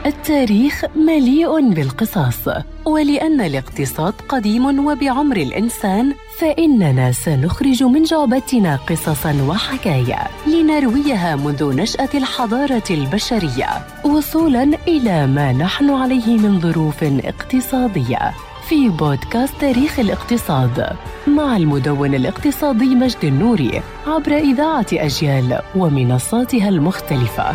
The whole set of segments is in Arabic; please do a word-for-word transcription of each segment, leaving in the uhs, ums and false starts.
التاريخ مليء بالقصص، ولأن الاقتصاد قديم وبعمر الإنسان، فإننا سنخرج من جعبتنا قصصاً وحكايا لنرويها منذ نشأة الحضارة البشرية وصولاً إلى ما نحن عليه من ظروف اقتصادية، في بودكاست تاريخ الاقتصاد مع المدون الاقتصادي مجد النوري عبر إذاعة أجيال ومنصاتها المختلفة.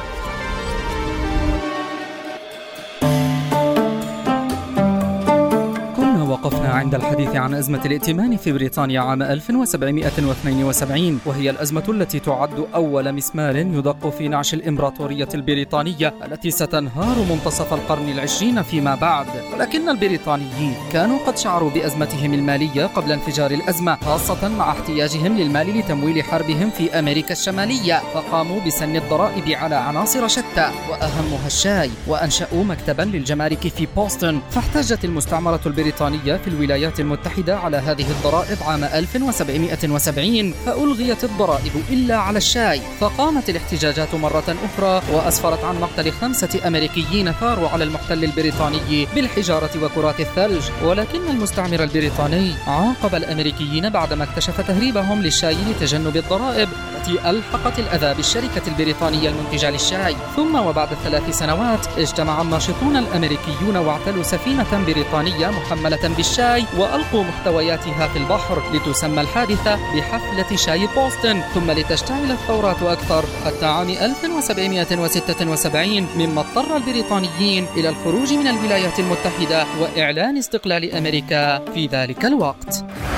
وقفنا عند الحديث عن أزمة الائتمان في بريطانيا عام ألف وسبعمائة واثنين وسبعين، وهي الأزمة التي تعد أول مسمار يدق في نعش الإمبراطورية البريطانية التي ستنهار منتصف القرن العشرين فيما بعد. ولكن البريطانيين كانوا قد شعروا بأزمتهم المالية قبل انفجار الأزمة، خاصة مع احتياجهم للمال لتمويل حربهم في أمريكا الشمالية، فقاموا بسن الضرائب على عناصر شتى وأهمها الشاي، وأنشأوا مكتبا للجمارك في بوسطن. فاحتجت المستعمرة البريطانية في الولايات المتحدة على هذه الضرائب عام ألف وسبعمائة وسبعين، فألغيت الضرائب إلا على الشاي. فقامت الاحتجاجات مرة أخرى وأسفرت عن مقتل خمسة أمريكيين ثاروا على المحتل البريطاني بالحجارة وكرات الثلج. ولكن المستعمر البريطاني عاقب الأمريكيين بعدما اكتشف تهريبهم للشاي لتجنب الضرائب التي ألحقت الأذى بالشركة البريطانية المنتجة للشاي. ثم وبعد ثلاث سنوات اجتمع الناشطون الأمريكيون واعتلوا سفينة بريطانية محملة بالشاي وألقوا محتوياتها في البحر، لتسمى الحادثة بحفلة شاي بوسطن، ثم لتشتعل الثورات أكثر حتى عام ألف وسبعمائة وستة وسبعين، مما اضطر البريطانيين إلى الخروج من الولايات المتحدة وإعلان استقلال أمريكا في ذلك الوقت.